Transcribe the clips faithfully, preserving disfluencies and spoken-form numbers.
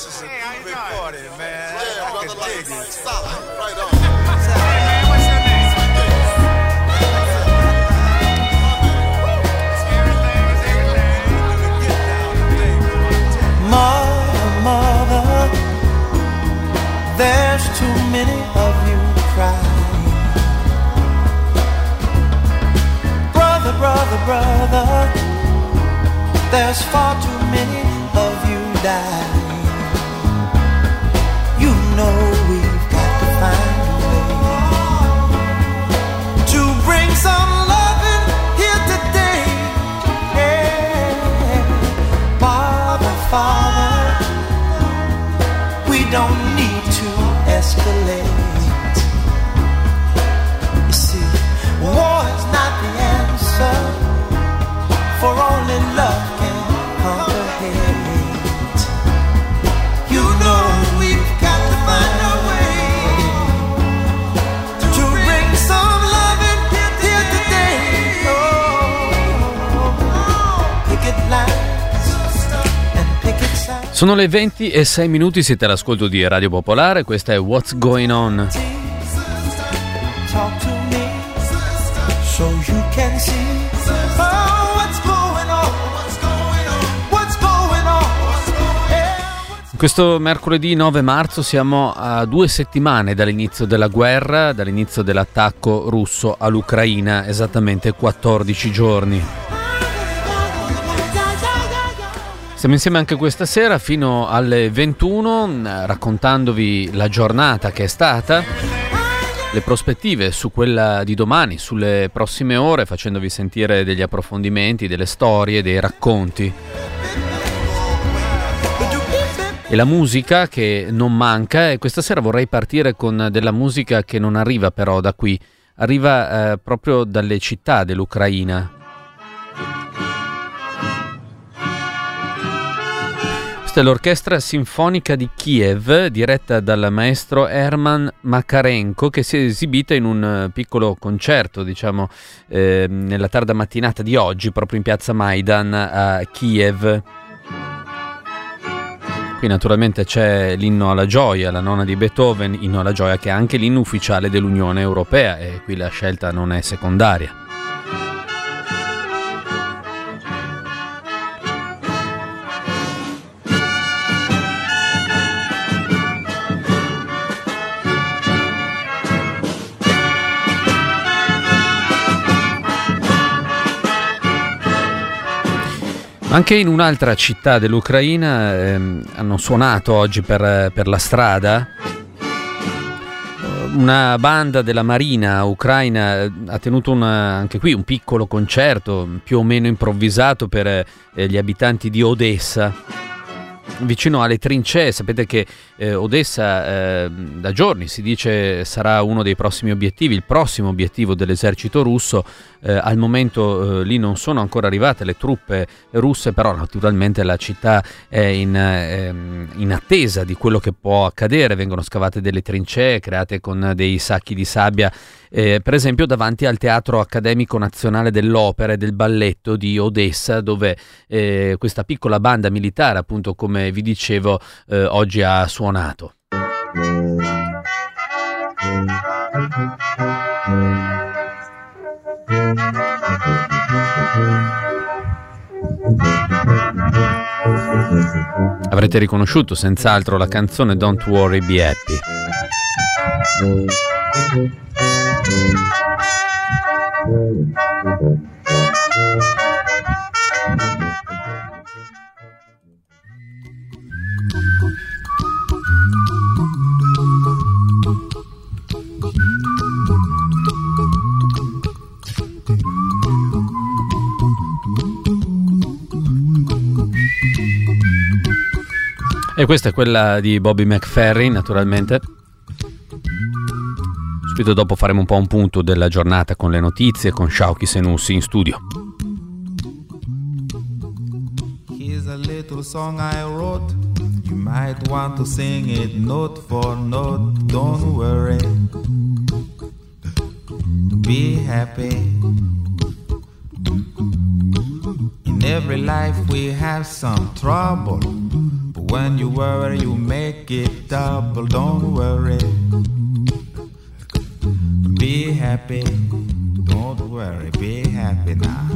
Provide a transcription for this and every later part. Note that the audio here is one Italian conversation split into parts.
is a hey, recording, man. Yeah, I brother, can like, dig it. solid. Right on. Hey, man, what's your name? It's everything, it's everything. Mother, mother, there's too many of you crying. Brother, brother, brother, there's far too many of you dying. You know we've got to find a way to bring some loving here today. Yeah. Father, Father, we don't need to escalate. You see, war is not the answer, for only love can conquer hate. You know we've got to find a way to bring some loving here today. Oh, picket lines and picket signs. Sono le venti e sei minuti, siete all'ascolto di Radio Popolare, questa è What's Going On. Talk to me so you can see. Oh, what's going on? What's going on? What's going on? Yeah. Questo mercoledì nove marzo siamo a due settimane dall'inizio della guerra, dall'inizio dell'attacco russo all'Ucraina, esattamente quattordici giorni. Siamo insieme anche questa sera fino alle ventuno, raccontandovi la giornata che è stata, le prospettive su quella di domani, sulle prossime ore, facendovi sentire degli approfondimenti, delle storie, dei racconti. E la musica che non manca, e questa sera vorrei partire con della musica che non arriva però da qui, arriva eh, proprio dalle città dell'Ucraina. Questa è l'Orchestra Sinfonica di Kiev, diretta dal maestro Herman Makarenko, che si è esibita in un piccolo concerto, diciamo, eh, nella tarda mattinata di oggi, proprio in piazza Maidan a Kiev. Qui naturalmente c'è l'inno alla gioia, la nona di Beethoven, inno alla gioia che è anche l'inno ufficiale dell'Unione Europea, e qui la scelta non è secondaria. Anche in un'altra città dell'Ucraina ehm, hanno suonato oggi per, per la strada. Una banda della Marina ucraina ha tenuto una, anche qui un piccolo concerto più o meno improvvisato per eh, gli abitanti di Odessa, vicino alle trincee. Sapete che eh, Odessa eh, da giorni si dice sarà uno dei prossimi obiettivi, il prossimo obiettivo dell'esercito russo. Eh, al momento eh, lì non sono ancora arrivate le truppe russe, però naturalmente la città è in, eh, in attesa di quello che può accadere. Vengono scavate delle trincee create con dei sacchi di sabbia, eh, per esempio davanti al Teatro Accademico Nazionale dell'Opera e del Balletto di Odessa, dove eh, questa piccola banda militare, appunto come vi dicevo, eh, oggi ha suonato. Avrete riconosciuto senz'altro la canzone Don't Worry Be Happy. E questa è quella di Bobby McFerrin, naturalmente. Subito dopo faremo un po' un punto della giornata con le notizie, con Shauki Senussi in studio. Here's a little song I wrote. You might want to sing it note for note. Don't worry, be happy. In every life we have some trouble, but When you worry, you make it double. Don't worry. Be happy. Don't worry. Be happy now.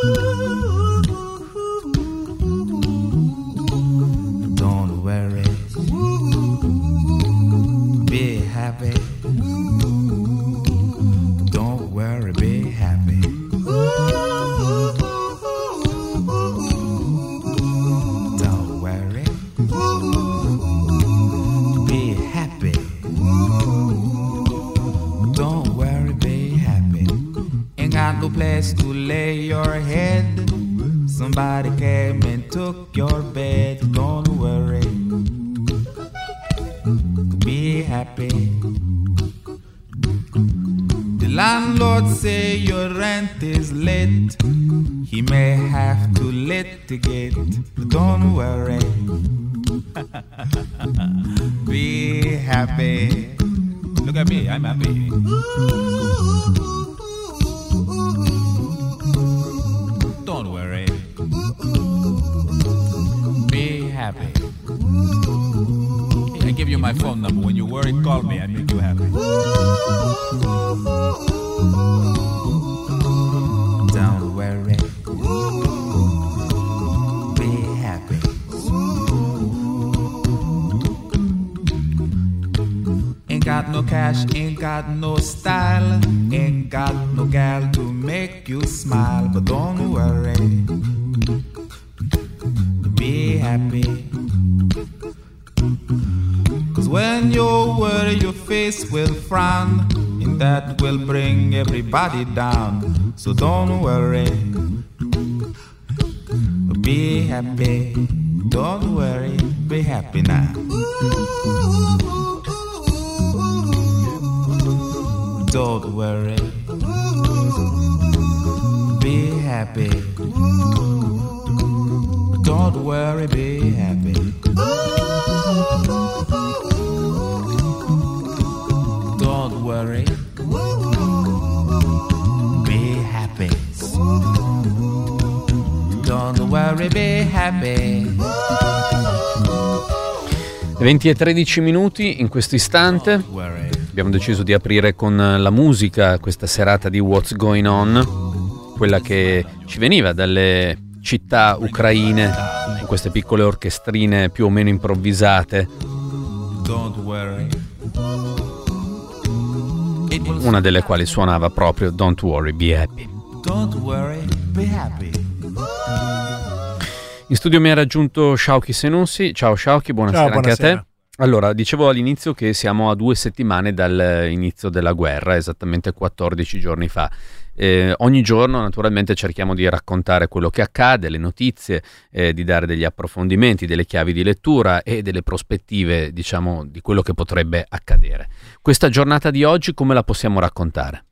Don't worry. Be happy. Don't worry. Be happy. Don't worry. Be happy. Don't worry, be happy. Ain't got no place to lay your head. Somebody came and took your bed. Don't worry. Be happy. The landlord say your rent is late. He may have to litigate. Don't worry. Be happy. Look at me, I'm happy. Don't worry. Be happy. I give you my phone number. When you worry, call me. I make you happy. Don't worry. Be happy. Ain't got no cash, ain't got no style, ain't got no gal to make you smile, but don't worry. Be happy. Cause when you worry, your face will frown, and that will bring everybody down. So don't worry. Be happy. Don't worry. Be happy now. Don't worry. Be happy. Don't worry, be happy. Don't worry. Be happy. Don't worry, be happy. venti e tredici minuti in questo istante. Don't worry. Abbiamo deciso di aprire con la musica questa serata di What's Going On, quella che ci veniva dalle città ucraine, con queste piccole orchestrine più o meno improvvisate. Don't worry. Una delle quali suonava proprio Don't Worry, Be Happy. Don't worry, be happy. In studio mi ha raggiunto Shauki Senussi. Ciao Shauki, buonasera, Ciao, anche buonasera. a te. Allora, dicevo all'inizio che siamo a due settimane dall'inizio della guerra, esattamente quattordici giorni fa. Eh, ogni giorno naturalmente cerchiamo di raccontare quello che accade, le notizie, eh, di dare degli approfondimenti, delle chiavi di lettura e delle prospettive, diciamo, di quello che potrebbe accadere. Questa giornata di oggi come la possiamo raccontare?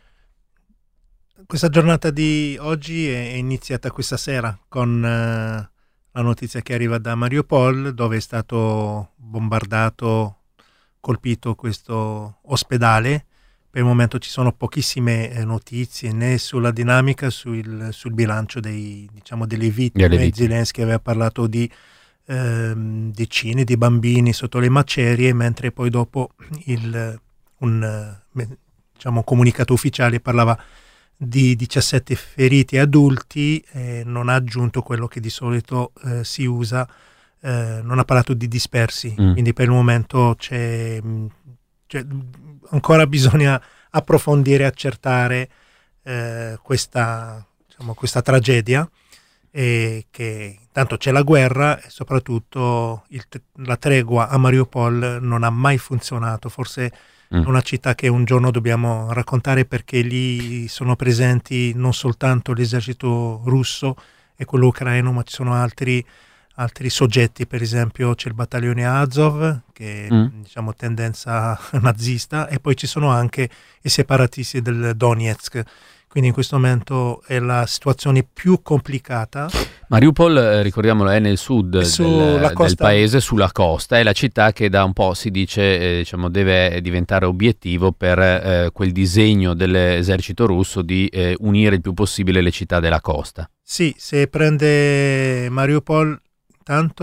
Questa giornata di oggi è iniziata questa sera con eh, la notizia che arriva da Mariupol, dove è stato bombardato, colpito questo ospedale. Per il momento ci sono pochissime eh, notizie né sulla dinamica, sul, sul bilancio dei, diciamo, delle vittime. Delle vittime. Zelensky aveva parlato di ehm, decine di bambini sotto le macerie, mentre poi dopo il, un eh, diciamo, comunicato ufficiale parlava di diciassette feriti adulti, eh, non ha aggiunto quello che di solito eh, si usa, eh, non ha parlato di dispersi, Mm. quindi per il momento c'è, c'è ancora bisogna approfondire, accertare eh, questa, diciamo, questa tragedia, e che intanto c'è la guerra e soprattutto il, la tregua a Mariupol non ha mai funzionato. Forse Mm. una città che un giorno dobbiamo raccontare, perché lì sono presenti non soltanto l'esercito russo e quello ucraino, ma ci sono altri, altri soggetti. Per esempio c'è il battaglione Azov, che è Mm. diciamo tendenza nazista, e poi ci sono anche i separatisti del Donetsk. Quindi in questo momento è la situazione più complicata. Mariupol, eh, ricordiamolo, è nel sud Sulla del, del costa. paese, sulla costa, è la città che da un po' si dice eh, diciamo, deve diventare obiettivo per eh, quel disegno dell'esercito russo di eh, unire il più possibile le città della costa. Sì, se prende Mariupol, intanto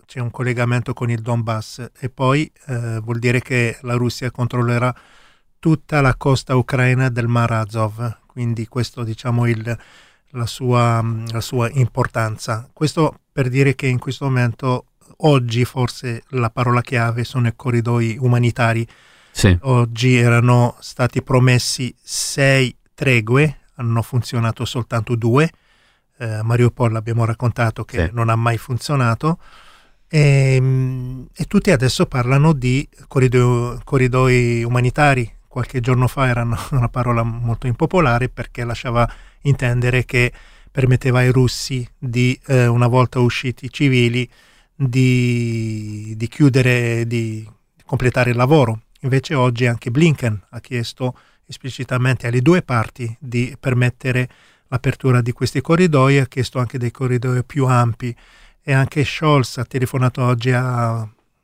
c'è un collegamento con il Donbass e poi eh, vuol dire che la Russia controllerà tutta la costa ucraina del Mar Azov, quindi questo diciamo il, la, sua, la sua importanza. Questo per dire che in questo momento, oggi forse la parola chiave sono i corridoi umanitari. Sì. Oggi erano stati promessi sei tregue, hanno funzionato soltanto due. Eh, Mariupol abbiamo raccontato che sì. non ha mai funzionato. E, e tutti adesso parlano di corridoi, corridoi umanitari. Qualche giorno fa era una parola molto impopolare perché lasciava intendere che permetteva ai russi di, eh, una volta usciti civili, di, di chiudere, di completare il lavoro. Invece oggi anche Blinken ha chiesto esplicitamente alle due parti di permettere l'apertura di questi corridoi, ha chiesto anche dei corridoi più ampi, e anche Scholz ha telefonato oggi a,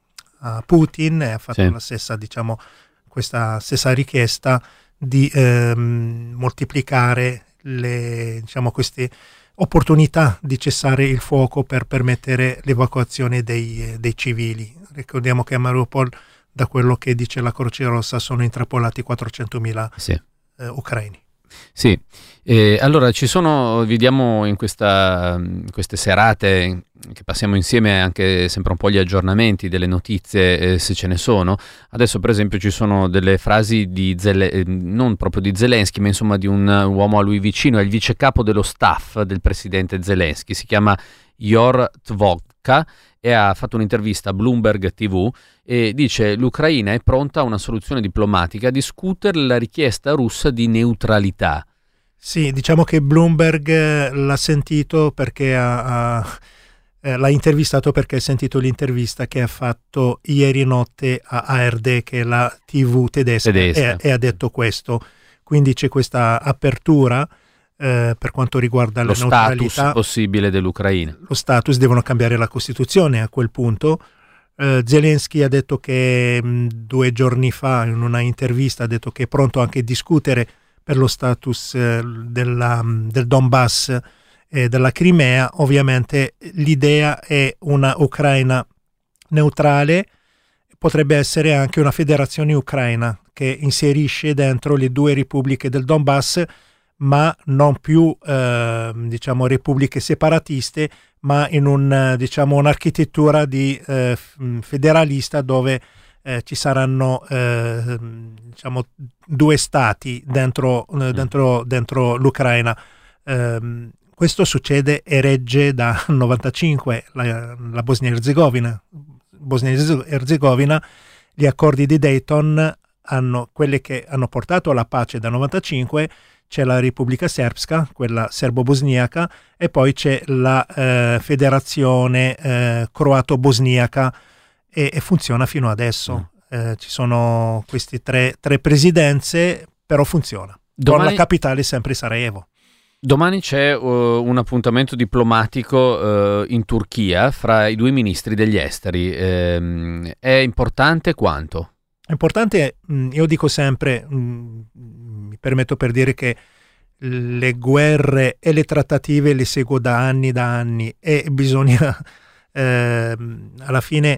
a Putin e ha fatto sì. la stessa, diciamo, questa stessa richiesta di ehm, moltiplicare le, diciamo, queste opportunità di cessare il fuoco per permettere l'evacuazione dei, dei civili. Ricordiamo che a Mariupol, da quello che dice la Croce Rossa, sono intrappolati quattrocentomila sì. eh, ucraini. Sì, eh, allora ci sono, vediamo in, questa, in queste serate che passiamo insieme anche sempre un po' gli aggiornamenti delle notizie, eh, se ce ne sono. Adesso per esempio ci sono delle frasi di Zel- eh, non proprio di Zelensky, ma insomma di un uomo a lui vicino, è il vice capo dello staff del presidente Zelensky, si chiama Yor Tvokha e ha fatto un'intervista a Bloomberg tivù e dice: l'Ucraina è pronta a una soluzione diplomatica, a discutere la richiesta russa di neutralità. Sì, diciamo che Bloomberg l'ha sentito perché ha, ha, eh, l'ha intervistato perché ha sentito l'intervista che ha fatto ieri notte a A R D, che è la tivù tedesca, tedesca. E, e ha detto questo. Quindi c'è questa apertura eh, per quanto riguarda lo la neutralità. status possibile dell'Ucraina. Lo status, devono cambiare la Costituzione a quel punto. Uh, Zelensky ha detto che mh, due giorni fa in una intervista ha detto che è pronto anche a discutere per lo status eh, della, del Donbass e della Crimea. Ovviamente l'idea è una Ucraina neutrale, potrebbe essere anche una federazione ucraina che inserisce dentro le due repubbliche del Donbass, ma non più eh, diciamo repubbliche separatiste, ma in un, diciamo, un'architettura di eh, federalista dove eh, ci saranno eh, diciamo due stati dentro, eh, dentro, dentro l'Ucraina. Eh, questo succede e regge dal novantacinque, la, la Bosnia-Herzegovina. Bosnia-Herzegovina, gli accordi di Dayton, hanno, quelle che hanno portato alla pace dal novantacinque, c'è la Repubblica Serbska, quella serbo-bosniaca, e poi c'è la eh, federazione eh, croato-bosniaca e, e funziona fino adesso. Mm. Eh, ci sono queste tre, tre presidenze, però funziona. Domani... Con la capitale sempre Sarajevo. Domani c'è uh, un appuntamento diplomatico uh, in Turchia fra i due ministri degli esteri. Eh, è importante quanto? È importante, io dico sempre, mi permetto per dire che le guerre e le trattative le seguo da anni da anni e bisogna eh, alla fine,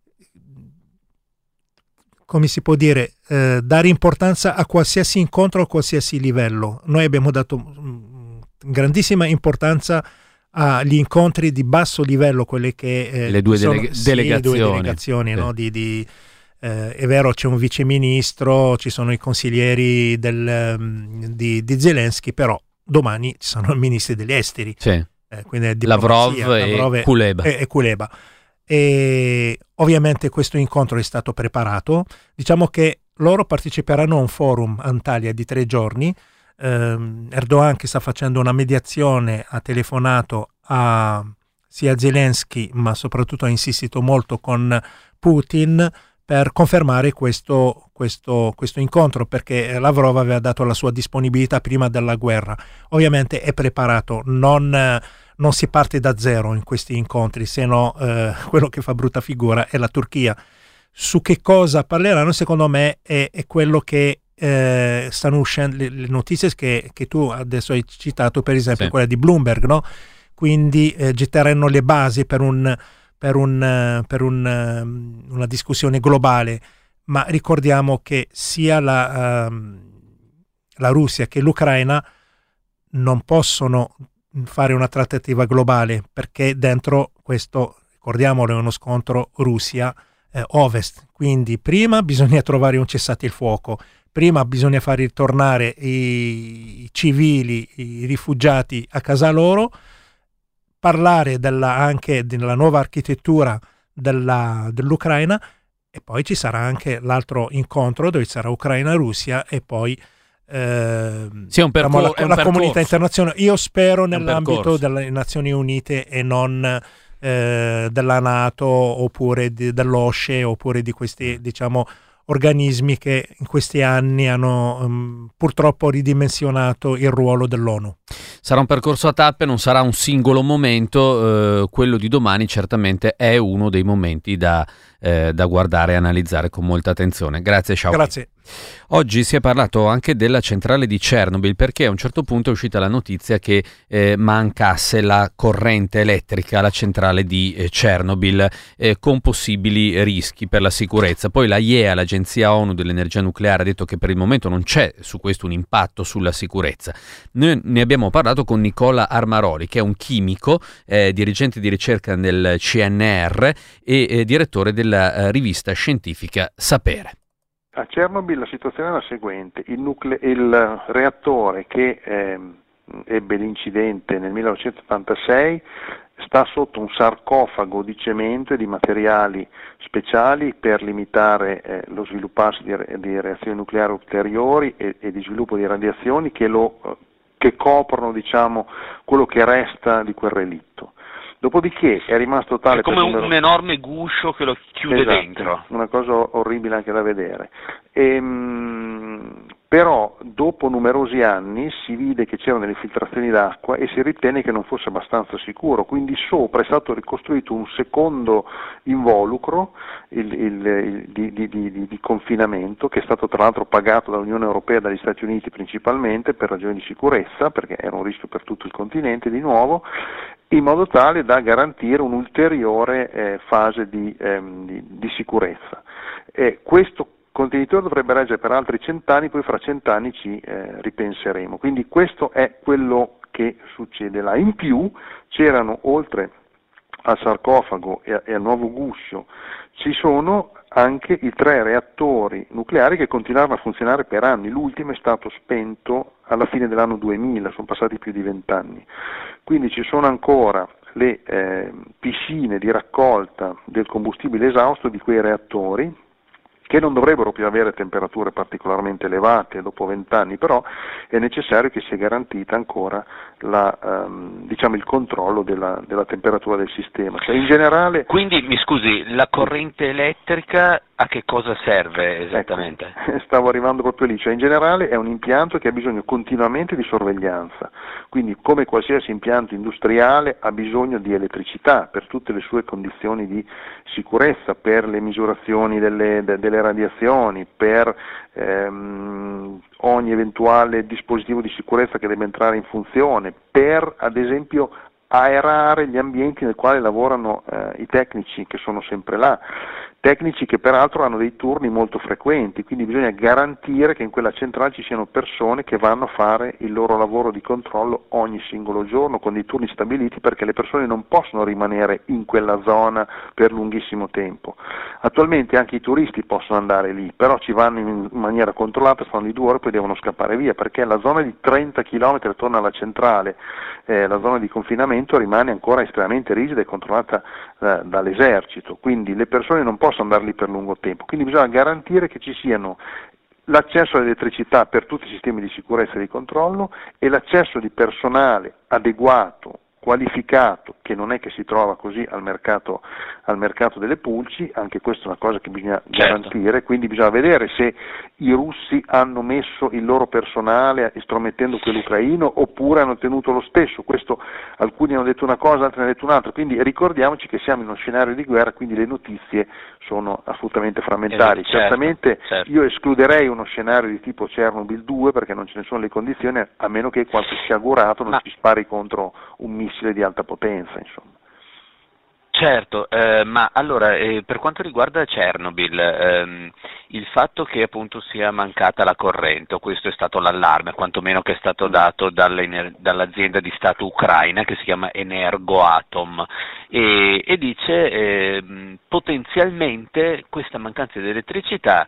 come si può dire, eh, dare importanza a qualsiasi incontro a qualsiasi livello. Noi abbiamo dato mh, grandissima importanza agli incontri di basso livello, quelle che eh, le due, sono, delega- sì, delegazioni, due delegazioni, sì. no? di, di Eh, è vero, c'è un viceministro, ci sono i consiglieri del, um, di, di Zelensky, però domani ci sono i ministri degli esteri, sì. eh, quindi Lavrov, Lavrov e Kuleba. E, e Kuleba. E ovviamente questo incontro è stato preparato. Diciamo che loro parteciperanno a un forum a Antalya di tre giorni. Eh, Erdogan, che sta facendo una mediazione, ha telefonato a sia Zelensky, ma soprattutto ha insistito molto con Putin per confermare questo, questo, questo incontro, perché Lavrov aveva dato la sua disponibilità prima della guerra. Ovviamente è preparato, non, non si parte da zero in questi incontri, se no eh, quello che fa brutta figura è la Turchia. Su che cosa parleranno, secondo me, è, è quello che eh, stanno uscendo, le, le notizie che, che tu adesso hai citato, per esempio sì. quella di Bloomberg, no? Quindi eh, getteranno le basi per un per, un, per un, una discussione globale, ma ricordiamo che sia la, uh, la Russia che l'Ucraina non possono fare una trattativa globale, perché dentro questo, ricordiamolo, è uno scontro Russia-Ovest, quindi prima bisogna trovare un cessate il fuoco, prima bisogna far ritornare i, i civili, i rifugiati a casa loro, parlare della, anche della nuova architettura della, dell'Ucraina, e poi ci sarà anche l'altro incontro dove sarà Ucraina-Russia e poi eh, sì, un percor- diciamo, la, la comunità internazionale. Io spero nell'ambito delle Nazioni Unite e non eh, della NATO oppure di, dell'O S C E oppure di questi, diciamo, organismi che in questi anni hanno um, purtroppo ridimensionato il ruolo dell'ONU. Sarà un percorso a tappe, non sarà un singolo momento, eh, quello di domani certamente è uno dei momenti da, eh, da guardare e analizzare con molta attenzione. Grazie Sciauchi. Grazie. Oggi si è parlato anche della centrale di Chernobyl, perché a un certo punto è uscita la notizia che eh, mancasse la corrente elettrica alla centrale di eh, Chernobyl, eh, con possibili rischi per la sicurezza. Poi la I E A, l'Agenzia ONU dell'Energia Nucleare, ha detto che per il momento non c'è su questo un impatto sulla sicurezza. Noi ne abbiamo parlato con Nicola Armaroli, che è un chimico, eh, dirigente di ricerca nel C N R e eh, direttore della eh, rivista scientifica Sapere. A Chernobyl la situazione è la seguente: il, nucle- il reattore che eh, ebbe l'incidente nel millenovecentottantasei sta sotto un sarcofago di cemento e di materiali speciali per limitare eh, lo svilupparsi di, re- di reazioni nucleari ulteriori e, e di sviluppo di radiazioni che, lo, che coprono, diciamo, quello che resta di quel relitto. Dopodiché è rimasto tale... È come per un, numero... un enorme guscio che lo chiude esatto, dentro. Una cosa orribile anche da vedere. Ehm, però dopo numerosi anni si vide che c'erano delle infiltrazioni d'acqua e si ritenne che non fosse abbastanza sicuro, quindi sopra è stato ricostruito un secondo involucro il, il, il, di, di, di, di confinamento, che è stato tra l'altro pagato dall'Unione Europea e dagli Stati Uniti principalmente per ragioni di sicurezza, perché era un rischio per tutto il continente di nuovo, in modo tale da garantire un'ulteriore eh, fase di, ehm, di, di sicurezza. E questo contenitore dovrebbe reggere per altri cent'anni, poi fra cent'anni ci eh, ripenseremo. Quindi questo è quello che succede là. In più c'erano, oltre al sarcofago e, e al nuovo guscio, ci sono anche i tre reattori nucleari che continuarono a funzionare per anni. L'ultimo è stato spento alla fine dell'anno duemila, sono passati più di vent'anni. Quindi ci sono ancora le eh, piscine di raccolta del combustibile esausto di quei reattori, che non dovrebbero più avere temperature particolarmente elevate dopo vent'anni, però è necessario che sia garantita ancora la, um, diciamo, il controllo della, della temperatura del sistema. Cioè, in generale... Quindi, mi scusi, la corrente elettrica a che cosa serve esattamente? Ecco, stavo arrivando proprio lì, cioè in generale è un impianto che ha bisogno continuamente di sorveglianza, quindi come qualsiasi impianto industriale ha bisogno di elettricità per tutte le sue condizioni di sicurezza, per le misurazioni delle, de, delle radiazioni, per ehm, ogni eventuale dispositivo di sicurezza che deve entrare in funzione, per ad esempio aerare gli ambienti nel quale lavorano eh, i tecnici che sono sempre là, tecnici che peraltro hanno dei turni molto frequenti, quindi bisogna garantire che in quella centrale ci siano persone che vanno a fare il loro lavoro di controllo ogni singolo giorno con dei turni stabiliti, perché le persone non possono rimanere in quella zona per lunghissimo tempo. Attualmente anche i turisti possono andare lì, però ci vanno in maniera controllata, fanno di due ore e poi devono scappare via, perché la zona di trenta chilometri attorno alla centrale, eh, la zona di confinamento, rimane ancora estremamente rigida e controllata eh, dall'esercito, quindi le persone non possono andare lì per lungo tempo, quindi bisogna garantire che ci siano l'accesso all'elettricità per tutti i sistemi di sicurezza e di controllo e l'accesso di personale adeguato, qualificato, che non è che si trova così al mercato, al mercato delle pulci, anche questa è una cosa che bisogna certo. garantire, quindi bisogna vedere se i russi hanno messo il loro personale estromettendo quello ucraino oppure hanno tenuto lo stesso. Questo alcuni hanno detto una cosa, altri hanno detto un'altra, quindi ricordiamoci che siamo in uno scenario di guerra, quindi le notizie sono assolutamente frammentari. Certo, Certamente certo. io escluderei uno scenario di tipo Chernobyl due, perché non ce ne sono le condizioni, a meno che qualche sciagurato non Ma... ci spari contro un missile di alta potenza, insomma. Certo, eh, ma allora eh, per quanto riguarda Chernobyl, ehm, il fatto che appunto sia mancata la corrente, o questo è stato l'allarme, quantomeno che è stato dato dalle, dall'azienda di Stato ucraina che si chiama Energoatom, e, e dice eh, potenzialmente questa mancanza di elettricità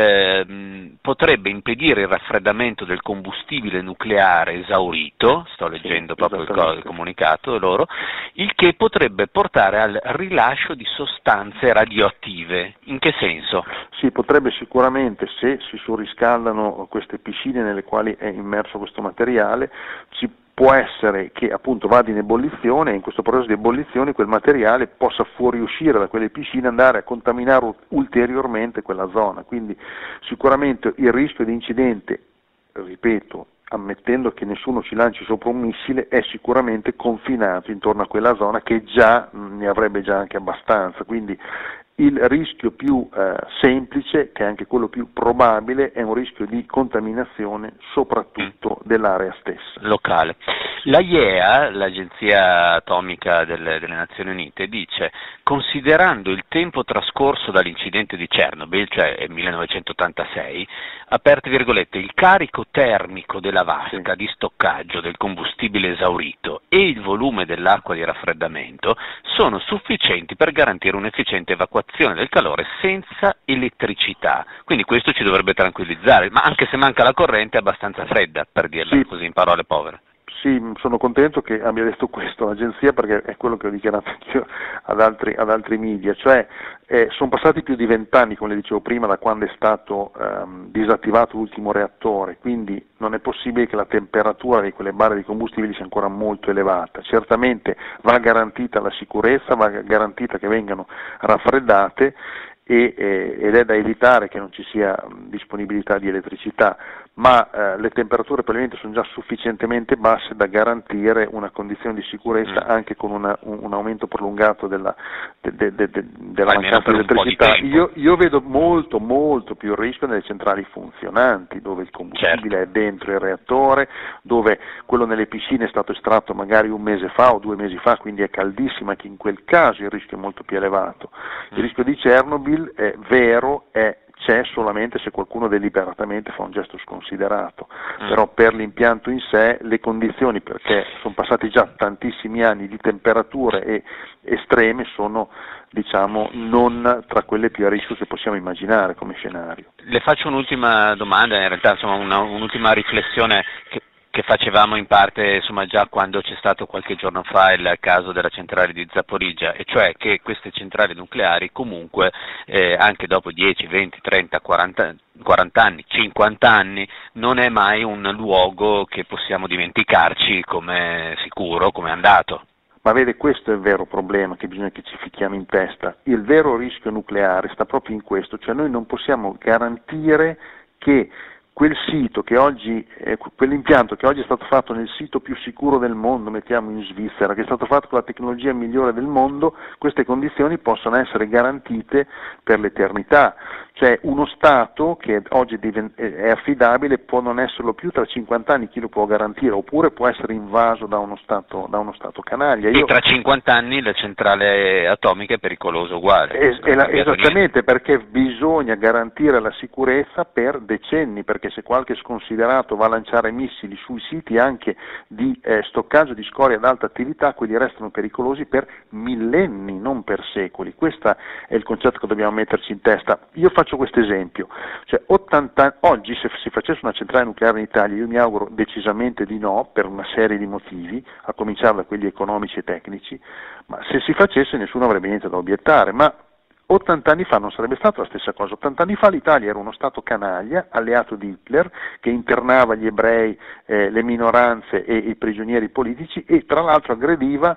eh, potrebbe impedire il raffreddamento del combustibile nucleare esaurito, sto leggendo Sì, proprio il, co- il comunicato loro, il che potrebbe portare al rilascio di sostanze radioattive. In che senso? Sì, potrebbe sicuramente, se si surriscaldano queste piscine nelle quali è immerso questo materiale, ci può essere che appunto vada in ebollizione e in questo processo di ebollizione quel materiale possa fuoriuscire da quelle piscine e andare a contaminare ulteriormente quella zona. Quindi sicuramente il rischio di incidente, ripeto, ammettendo che nessuno ci lanci sopra un missile, è sicuramente confinato intorno a quella zona che già mh, ne avrebbe già anche abbastanza. Quindi il rischio più eh, semplice, che è anche quello più probabile, è un rischio di contaminazione soprattutto dell'area stessa. Locale. La I E A, l'Agenzia Atomica delle, delle Nazioni Unite, dice: considerando il tempo trascorso dall'incidente di Chernobyl, cioè millenovecentottantasei, aperte virgolette, il carico termico della vasca di stoccaggio del combustibile esaurito e il volume dell'acqua di raffreddamento sono sufficienti per garantire un'efficiente evacuazione del calore senza elettricità. Quindi questo ci dovrebbe tranquillizzare, ma anche se manca la corrente è abbastanza fredda, per dirla Sì. così in parole povere. Sì, sono contento che abbia detto questo l'agenzia, perché è quello che ho dichiarato anch'io ad altri, ad altri media, cioè eh, sono passati più di vent'anni, come le dicevo prima, da quando è stato ehm, disattivato l'ultimo reattore, quindi non è possibile che la temperatura di quelle barre di combustibili sia ancora molto elevata. Certamente va garantita la sicurezza, va garantita che vengano raffreddate, e, eh, ed è da evitare che non ci sia mh, disponibilità di elettricità, ma eh, le temperature probabilmente sono già sufficientemente basse da garantire una condizione di sicurezza Mm. anche con una, un, un aumento prolungato della, de, de, de, de, della Almeno mancanza per di un po' di elettricità. tempo. Io, io vedo molto molto più il rischio nelle centrali funzionanti, dove il combustibile Certo. è dentro il reattore, dove quello nelle piscine è stato estratto magari un mese fa o due mesi fa, quindi è caldissimo, anche in quel caso il rischio è molto più elevato. Il rischio di Chernobyl è vero, è c'è solamente se qualcuno deliberatamente fa un gesto sconsiderato, Mm. però per l'impianto in sé le condizioni, perché sono passati già tantissimi anni di temperature e estreme, sono diciamo non tra quelle più a rischio che possiamo immaginare come scenario. Le faccio un'ultima domanda, in realtà insomma una, un'ultima riflessione che che facevamo in parte insomma già quando c'è stato qualche giorno fa il caso della centrale di Zaporizhzhia, e cioè che queste centrali nucleari comunque eh, anche dopo dieci, venti, trenta, quaranta, quaranta anni, cinquanta anni non è mai un luogo che possiamo dimenticarci come sicuro, come andato. Ma vede, questo è il vero problema che bisogna che ci ficchiamo in testa. Il vero rischio nucleare sta proprio in questo, cioè noi non possiamo garantire che quel sito che oggi, eh, quell'impianto che oggi è stato fatto nel sito più sicuro del mondo, mettiamo in Svizzera, che è stato fatto con la tecnologia migliore del mondo, queste condizioni possono essere garantite per l'eternità. Cioè uno Stato che oggi è affidabile può non esserlo più tra cinquanta anni, chi lo può garantire? Oppure può essere invaso da uno Stato, da uno stato canaglia. Io, e tra cinquanta anni la centrale atomica è pericolosa uguale. Es- è la, esattamente, perché bisogna garantire la sicurezza per decenni, perché se qualche sconsiderato va a lanciare missili sui siti anche di eh, stoccaggio di scorie ad alta attività, quelli restano pericolosi per millenni, non per secoli. Questo è il concetto che dobbiamo metterci in testa. Io faccio questo esempio, cioè ottanta, oggi se si facesse una centrale nucleare in Italia, io mi auguro decisamente di no, per una serie di motivi, a cominciare da quelli economici e tecnici, ma se si facesse nessuno avrebbe niente da obiettare, ma ottanta anni fa non sarebbe stata la stessa cosa. ottanta anni fa l'Italia era uno Stato canaglia, alleato di Hitler, che internava gli ebrei, eh, le minoranze e i prigionieri politici, e tra l'altro aggrediva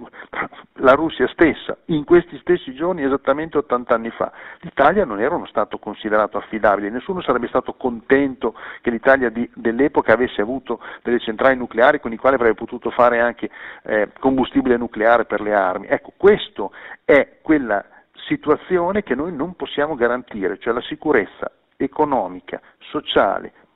la Russia stessa. In questi stessi giorni, esattamente ottanta anni fa, l'Italia non era uno Stato considerato affidabile, nessuno sarebbe stato contento che l'Italia di, dell'epoca avesse avuto delle centrali nucleari con i quali avrebbe potuto fare anche eh, combustibile nucleare per le armi. Ecco, questo è quella situazione che noi non possiamo garantire, cioè la sicurezza economica, sociale,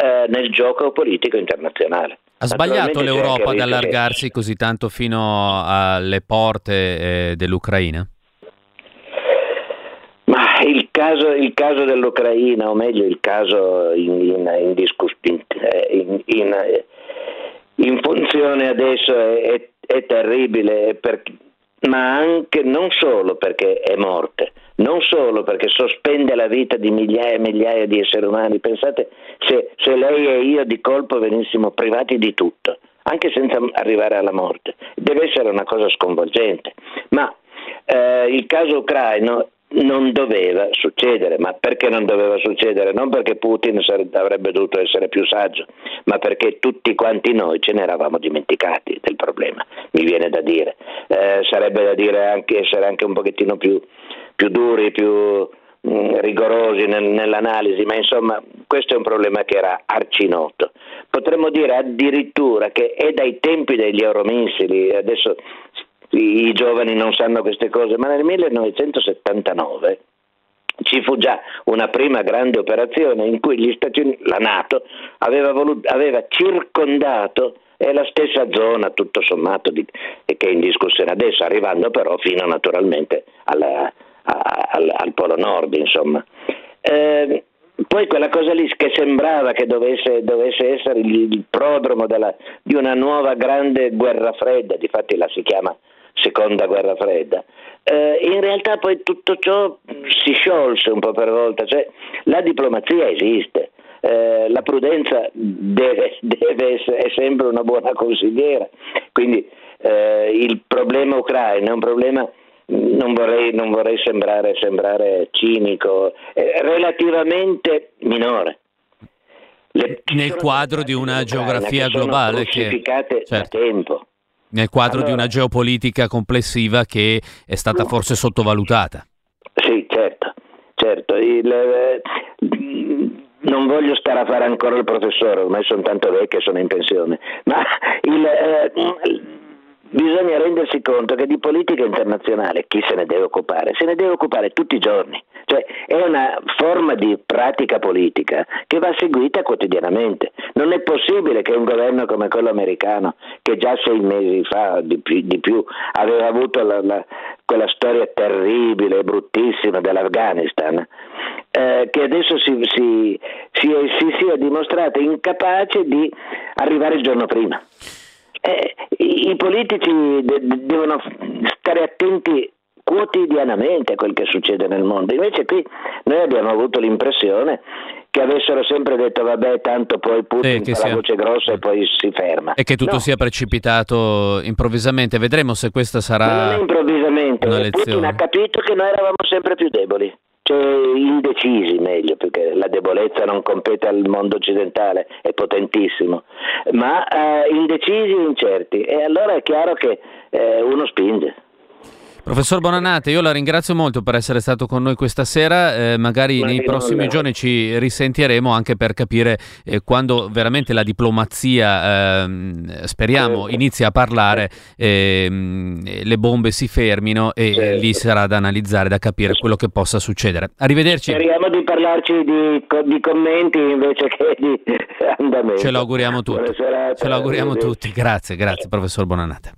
eh, nel gioco politico internazionale. Ha sbagliato Naturalmente c'è l'Europa anche ad il rischio allargarsi che- così tanto fino alle porte eh, dell'Ucraina? Ma il caso, il caso dell'Ucraina, o meglio il caso in, in, in, discus- in, in, in, in funzione adesso è, è, è terribile, per, ma anche non solo perché è morte, non solo perché sospende la vita di migliaia e migliaia di esseri umani. Pensate se, se lei e io di colpo venissimo privati di tutto, anche senza arrivare alla morte. Deve essere una cosa sconvolgente. Ma eh, il caso ucraino non doveva succedere. Ma perché non doveva succedere? Non perché Putin sarebbe, avrebbe dovuto essere più saggio, ma perché tutti quanti noi ce ne eravamo dimenticati del problema, mi viene da dire. Eh, sarebbe da dire anche essere anche un pochettino più, più duri, più mh, rigorosi nel, nell'analisi, ma insomma questo è un problema che era arcinoto. Potremmo dire addirittura che è dai tempi degli euromissili, adesso i, i giovani non sanno queste cose, ma nel millenovecentosettantanove ci fu già una prima grande operazione in cui gli Stati Uniti, la NATO aveva, voluto, aveva circondato è la stessa zona tutto sommato di, che è in discussione adesso, arrivando però fino naturalmente alla, a, al, al Polo Nord, insomma. Eh, poi quella cosa lì che sembrava che dovesse, dovesse essere il, il prodromo della, di una nuova grande guerra fredda, difatti la si chiama seconda guerra fredda, eh, in realtà poi tutto ciò si sciolse un po' per volta, cioè la diplomazia esiste. Eh, la prudenza deve, deve essere, è sempre una buona consigliera, quindi eh, il problema ucraino è un problema, non vorrei, non vorrei sembrare, sembrare cinico, eh, relativamente minore. Le, nel quadro di una geografia che sono globale che crucificate certo. da tempo. Nel quadro Allora, di una geopolitica complessiva che è stata forse sottovalutata. Sì, certo, certo. Il, eh, non voglio stare a fare ancora il professore, ormai sono tanto vecchio e sono in pensione, ma il, eh, bisogna rendersi conto che di politica internazionale chi se ne deve occupare? Se ne deve occupare tutti i giorni, cioè è una forma di pratica politica che va seguita quotidianamente. Non è possibile che un governo come quello americano, che già sei mesi fa di più, di più aveva avuto la, la, quella storia terribile e bruttissima dell'Afghanistan, eh, che adesso si, si, si, si sia dimostrato incapace di arrivare il giorno prima. Eh, i, i politici de- devono stare attenti quotidianamente a quel che succede nel mondo. Invece qui noi abbiamo avuto l'impressione che avessero sempre detto vabbè tanto poi Putin sì, fa la sia... voce grossa e poi si ferma. E che tutto no. sia precipitato improvvisamente. Vedremo se questa sarà Ma non è improvvisamente, una Putin lezione. ha capito che noi eravamo sempre più deboli. Cioè indecisi meglio, perché la debolezza non compete al mondo occidentale, è potentissimo, ma eh, indecisi e incerti, e allora è chiaro che eh, uno spinge. Professor Bonannate, io la ringrazio molto per essere stato con noi questa sera, eh, magari Ma nei prossimi non... giorni ci risentiremo anche per capire eh, quando veramente la diplomazia, eh, speriamo, certo. inizia a parlare, eh, le bombe si fermino e certo. lì sarà da analizzare, da capire quello che possa succedere. Arrivederci. Speriamo di parlarci di, di commenti invece che di andamento. Ce lo auguriamo tutti. Ce lo auguriamo tutti. Grazie, grazie professor Bonannate.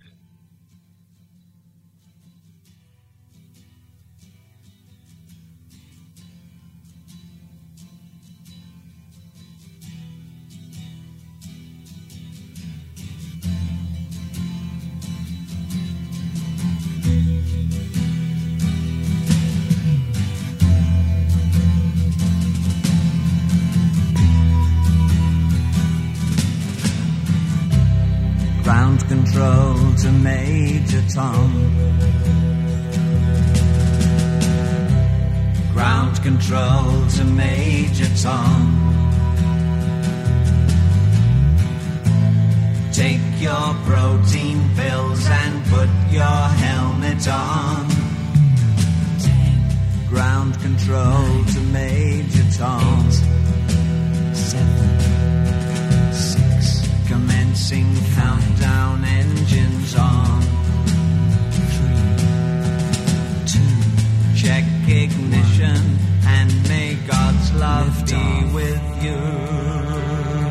Ground control to Major Tom. Ground control to Major Tom. Take your protein pills and put your helmet on. Ten. Ground control nine, to Major Tom. Eight, seven, six. Commencing countdown, engines on. Three, two, check ignition, and may God's love be with you.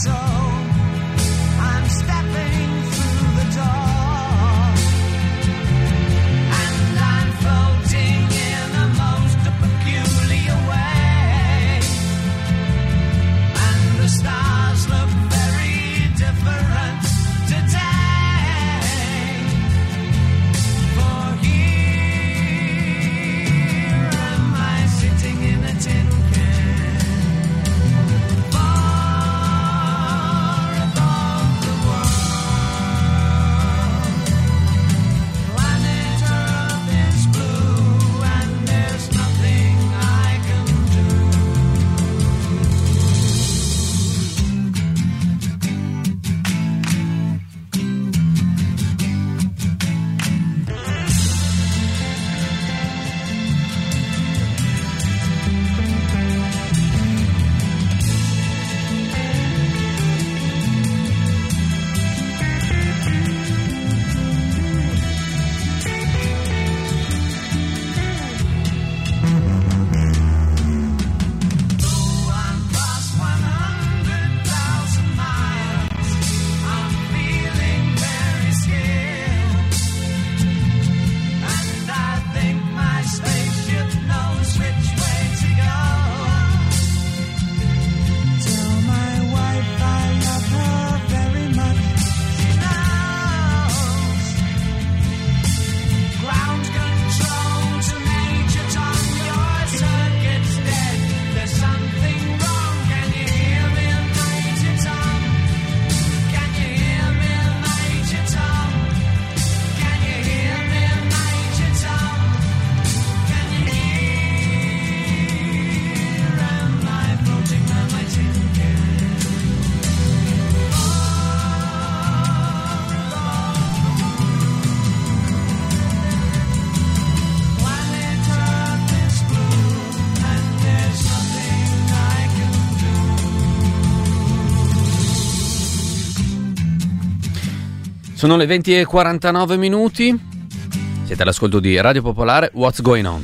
Sono le venti e quarantanove minuti, siete all'ascolto di Radio Popolare. What's Going On?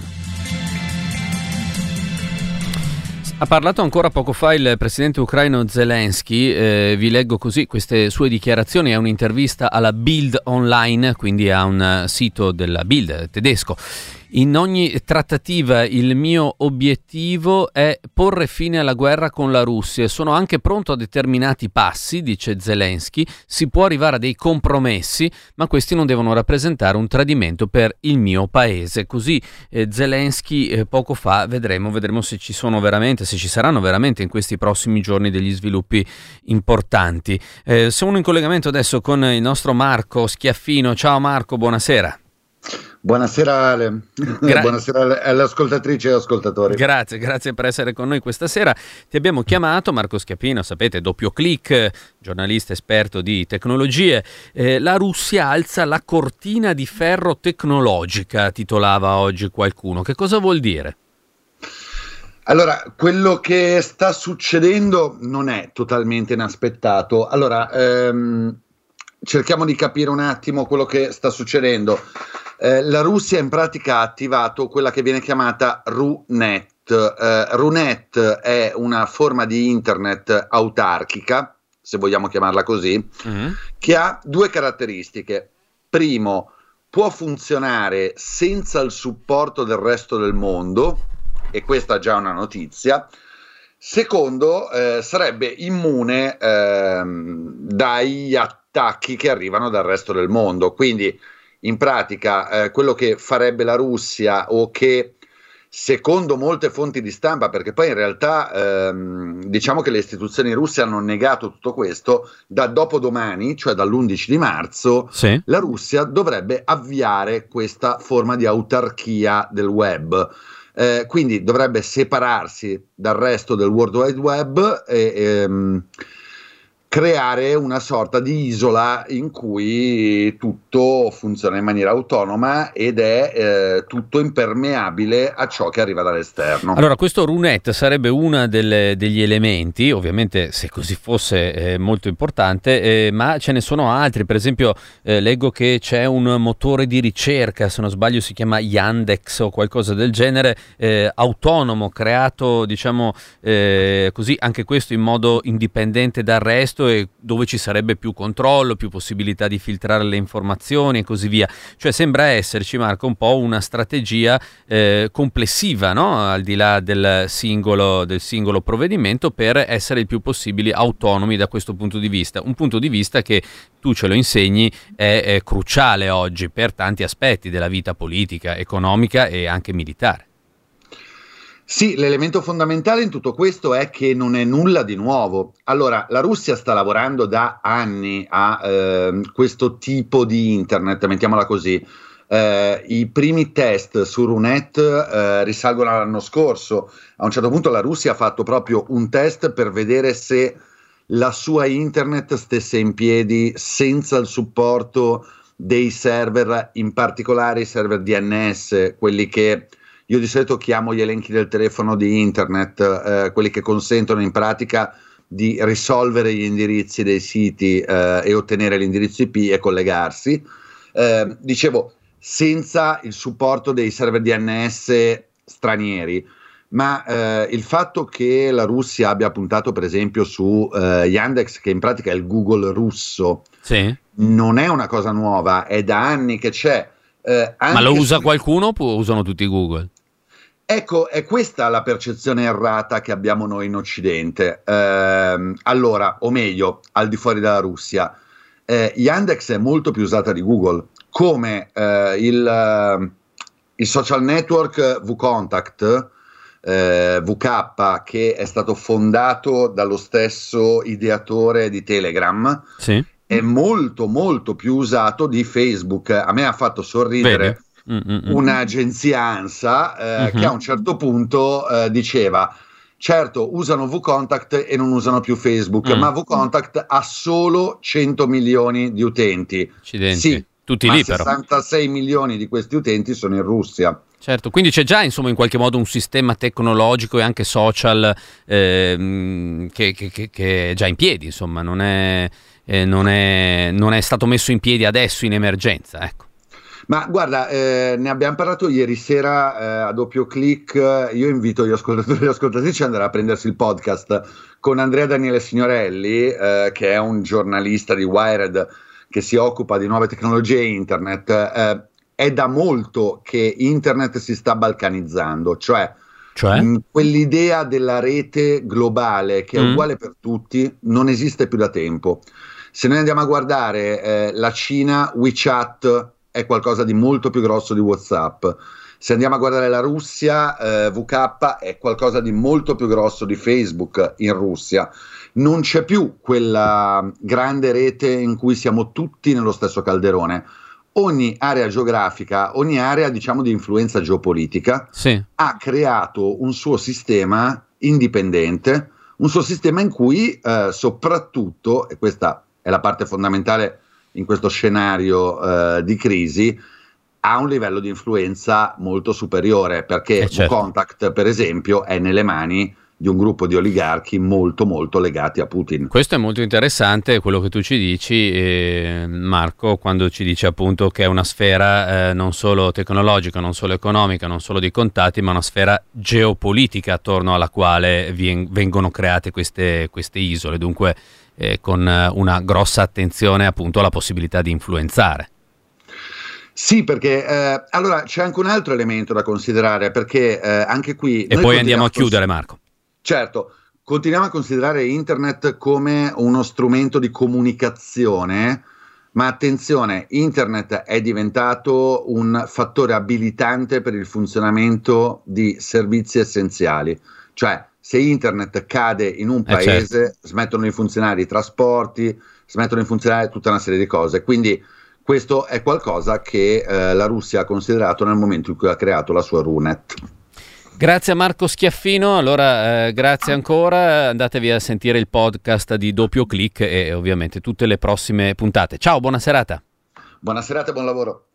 Ha parlato ancora poco fa il presidente ucraino Zelensky, eh, vi leggo così queste sue dichiarazioni, è un'intervista alla Bild Online, quindi a un sito della Bild tedesco. In ogni trattativa il mio obiettivo è porre fine alla guerra con la Russia. Sono anche pronto a determinati passi, dice Zelensky. Si può arrivare a dei compromessi, ma questi non devono rappresentare un tradimento per il mio paese. Così eh, Zelensky eh, poco fa, vedremo, vedremo se ci sono veramente, se ci saranno veramente in questi prossimi giorni degli sviluppi importanti. Eh, siamo in collegamento adesso con il nostro Marco Schiaffino. Ciao Marco, buonasera. Buonasera Ale, Gra- buonasera alle ascoltatrici e ascoltatori. Grazie, grazie per essere con noi questa sera. Ti abbiamo chiamato, Marco Schiaffino, sapete, doppio clic, giornalista esperto di tecnologie. Eh, la Russia alza la cortina di ferro tecnologica, titolava oggi qualcuno. Che cosa vuol dire? Allora, quello che sta succedendo non è totalmente inaspettato. Allora, ehm, cerchiamo di capire un attimo quello che sta succedendo. Eh, la Russia in pratica ha attivato quella che viene chiamata RuNet. Eh, RuNet è una forma di internet autarchica, se vogliamo chiamarla così, mm-hmm. che ha due caratteristiche. Primo, può funzionare senza il supporto del resto del mondo, e questa è già una notizia. Secondo, eh, sarebbe immune eh, dagli attacchi che arrivano dal resto del mondo, quindi in pratica eh, quello che farebbe la Russia, o che secondo molte fonti di stampa, perché poi in realtà ehm, diciamo che le istituzioni russe hanno negato tutto questo, da dopodomani, cioè dall'undici di marzo, sì. La Russia dovrebbe avviare questa forma di autarchia del web. Eh, quindi dovrebbe separarsi dal resto del World Wide Web e ehm, creare una sorta di isola in cui tutto funziona in maniera autonoma ed è eh, tutto impermeabile a ciò che arriva dall'esterno. Allora, questo RuNet sarebbe uno degli elementi, ovviamente se così fosse eh, molto importante, eh, ma ce ne sono altri. Per esempio eh, leggo che c'è un motore di ricerca, se non sbaglio si chiama Yandex o qualcosa del genere, eh, autonomo, creato diciamo eh, così, anche questo in modo indipendente dal resto, e dove ci sarebbe più controllo, più possibilità di filtrare le informazioni e così via. Cioè sembra esserci, Marco, un po' una strategia eh, complessiva, no? Al di là del singolo, del singolo provvedimento, per essere il più possibile autonomi da questo punto di vista. Un punto di vista che, tu ce lo insegni, è, è cruciale oggi per tanti aspetti della vita politica, economica e anche militare. Sì, l'elemento fondamentale in tutto questo è che non è nulla di nuovo. Allora, la Russia sta lavorando da anni a eh, questo tipo di internet, mettiamola così. Eh, I primi test su RuNet eh, risalgono all'anno scorso. A un certo punto la Russia ha fatto proprio un test per vedere se la sua internet stesse in piedi senza il supporto dei server, in particolare i server D N S, quelli che io di solito chiamo gli elenchi del telefono di internet, eh, quelli che consentono in pratica di risolvere gli indirizzi dei siti eh, e ottenere l'indirizzo I P e collegarsi. Eh, dicevo, senza il supporto dei server D N S stranieri, ma eh, il fatto che la Russia abbia puntato per esempio su eh, Yandex, che in pratica è il Google russo, sì, non è una cosa nuova, è da anni che c'è. Eh, Ma lo usa su... qualcuno o usano tutti Google? Ecco, è questa la percezione errata che abbiamo noi in Occidente. Eh, allora, o meglio, al di fuori della Russia, eh, Yandex è molto più usata di Google, come eh, il, uh, il social network VKontakte, eh, V K, che è stato fondato dallo stesso ideatore di Telegram. Sì. È molto molto più usato di Facebook. A me ha fatto sorridere un'agenzia ANSA eh, mm-hmm. che a un certo punto eh, diceva: certo, usano VKontakte e non usano più Facebook, mm. ma VKontakte ha solo cento milioni di utenti. Accidenti. Sì, tutti ma lì però sessantasei milioni di questi utenti sono in Russia. Certo, quindi c'è già insomma in qualche modo un sistema tecnologico e anche social eh, che, che, che è già in piedi, insomma, non è, eh, non è, non è stato messo in piedi adesso in emergenza, ecco. Ma guarda, eh, ne abbiamo parlato ieri sera eh, a doppio clic. Io invito gli ascoltatori e le ascoltatrici ad andare a prendersi il podcast con Andrea Daniele Signorelli, eh, che è un giornalista di Wired che si occupa di nuove tecnologie e internet. Eh, è da molto che internet si sta balcanizzando, cioè, cioè? mh, quell'idea della rete globale che è Mm. uguale per tutti non esiste più da tempo. Se noi andiamo a guardare eh, la Cina, WeChat è qualcosa di molto più grosso di WhatsApp. Se andiamo a guardare la Russia, eh, V K è qualcosa di molto più grosso di Facebook in Russia. Non c'è più quella grande rete in cui siamo tutti nello stesso calderone. Ogni area geografica, ogni area diciamo di influenza geopolitica Sì. ha creato un suo sistema indipendente, un suo sistema in cui eh, soprattutto, e questa è la parte fondamentale in questo scenario eh, di crisi, ha un livello di influenza molto superiore, perché Eh, certo. VKontakte per esempio è nelle mani di un gruppo di oligarchi molto molto legati a Putin. Questo è molto interessante, quello che tu ci dici, eh, Marco, quando ci dici appunto che è una sfera eh, non solo tecnologica, non solo economica, non solo di contatti, ma una sfera geopolitica attorno alla quale vien- vengono create queste, queste isole, dunque eh, con eh, una grossa attenzione appunto alla possibilità di influenzare. Sì, perché eh, allora c'è anche un altro elemento da considerare, perché eh, anche qui... E noi poi andiamo a continuiamo chiudere, Marco. Certo, continuiamo a considerare internet come uno strumento di comunicazione, ma attenzione, internet è diventato un fattore abilitante per il funzionamento di servizi essenziali. Cioè, se internet cade in un Eh, paese, certo. smettono di funzionare i trasporti, smettono di funzionare tutta una serie di cose. Quindi questo è qualcosa che eh, la Russia ha considerato nel momento in cui ha creato la sua RuNet. Grazie a Marco Schiaffino, allora eh, grazie ancora, andatevi a sentire il podcast di Doppio Click e ovviamente tutte le prossime puntate. Ciao, buona serata. Buona serata e buon lavoro.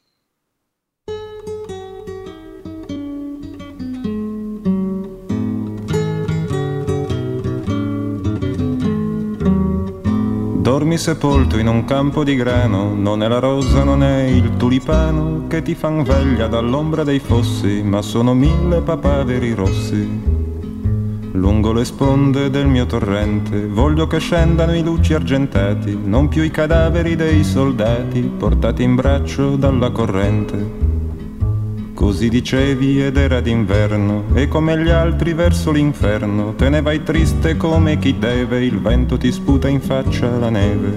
Dormi sepolto in un campo di grano, non è la rosa, non è il tulipano che ti fan veglia dall'ombra dei fossi, ma sono mille papaveri rossi. Lungo le sponde del mio torrente voglio che scendano i luci argentati, non più i cadaveri dei soldati portati in braccio dalla corrente. Così dicevi ed era d'inverno, e come gli altri verso l'inferno te ne vai triste come chi deve, il vento ti sputa in faccia la neve.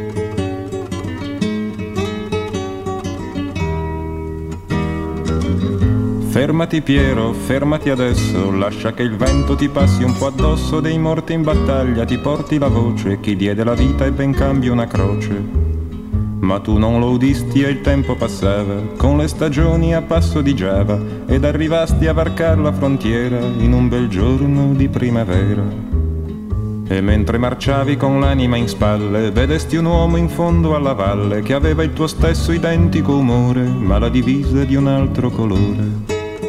Fermati Piero, fermati adesso, lascia che il vento ti passi un po' addosso, dei morti in battaglia ti porti la voce, chi diede la vita e ben cambia una croce. Ma tu non lo udisti e il tempo passava, con le stagioni a passo di Giava, ed arrivasti a varcar la frontiera in un bel giorno di primavera. E mentre marciavi con l'anima in spalle, vedesti un uomo in fondo alla valle, che aveva il tuo stesso identico umore, ma la divisa di un altro colore.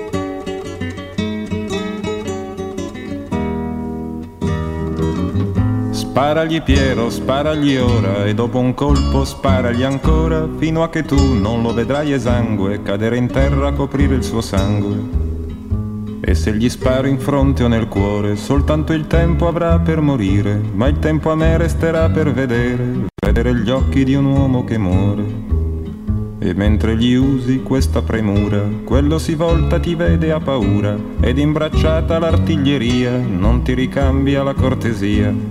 Sparagli Piero, sparagli ora, e dopo un colpo sparagli ancora, fino a che tu non lo vedrai esangue, cadere in terra a coprire il suo sangue. E se gli sparo in fronte o nel cuore, soltanto il tempo avrà per morire, ma il tempo a me resterà per vedere, vedere gli occhi di un uomo che muore. E mentre gli usi questa premura, quello si volta, ti vede a paura, ed imbracciata l'artiglieria non ti ricambia la cortesia.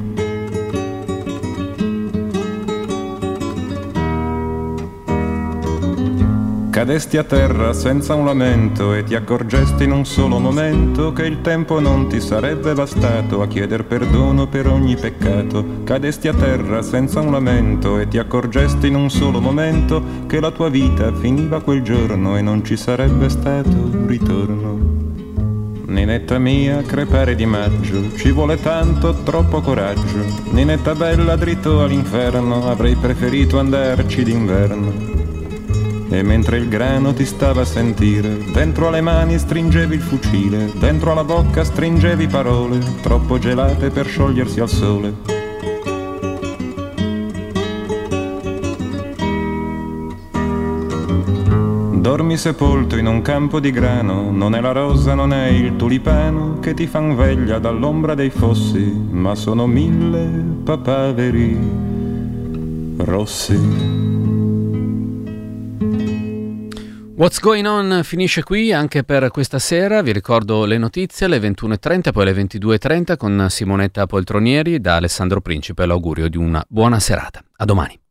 Cadesti a terra senza un lamento e ti accorgesti in un solo momento che il tempo non ti sarebbe bastato a chieder perdono per ogni peccato. Cadesti a terra senza un lamento e ti accorgesti in un solo momento che la tua vita finiva quel giorno e non ci sarebbe stato ritorno. Ninetta mia, crepare di maggio, ci vuole tanto, troppo coraggio. Ninetta bella, dritto all'inferno, avrei preferito andarci d'inverno. E mentre il grano ti stava a sentire, dentro alle mani stringevi il fucile, dentro alla bocca stringevi parole, troppo gelate per sciogliersi al sole. Dormi sepolto in un campo di grano, non è la rosa, non è il tulipano che ti fan veglia dall'ombra dei fossi, ma sono mille papaveri rossi. What's Going On finisce qui anche per questa sera. Vi ricordo le notizie alle ventuno e trenta, poi alle ventidue e trenta con Simonetta Poltronieri. Da Alessandro Principe l'augurio di una buona serata. A domani.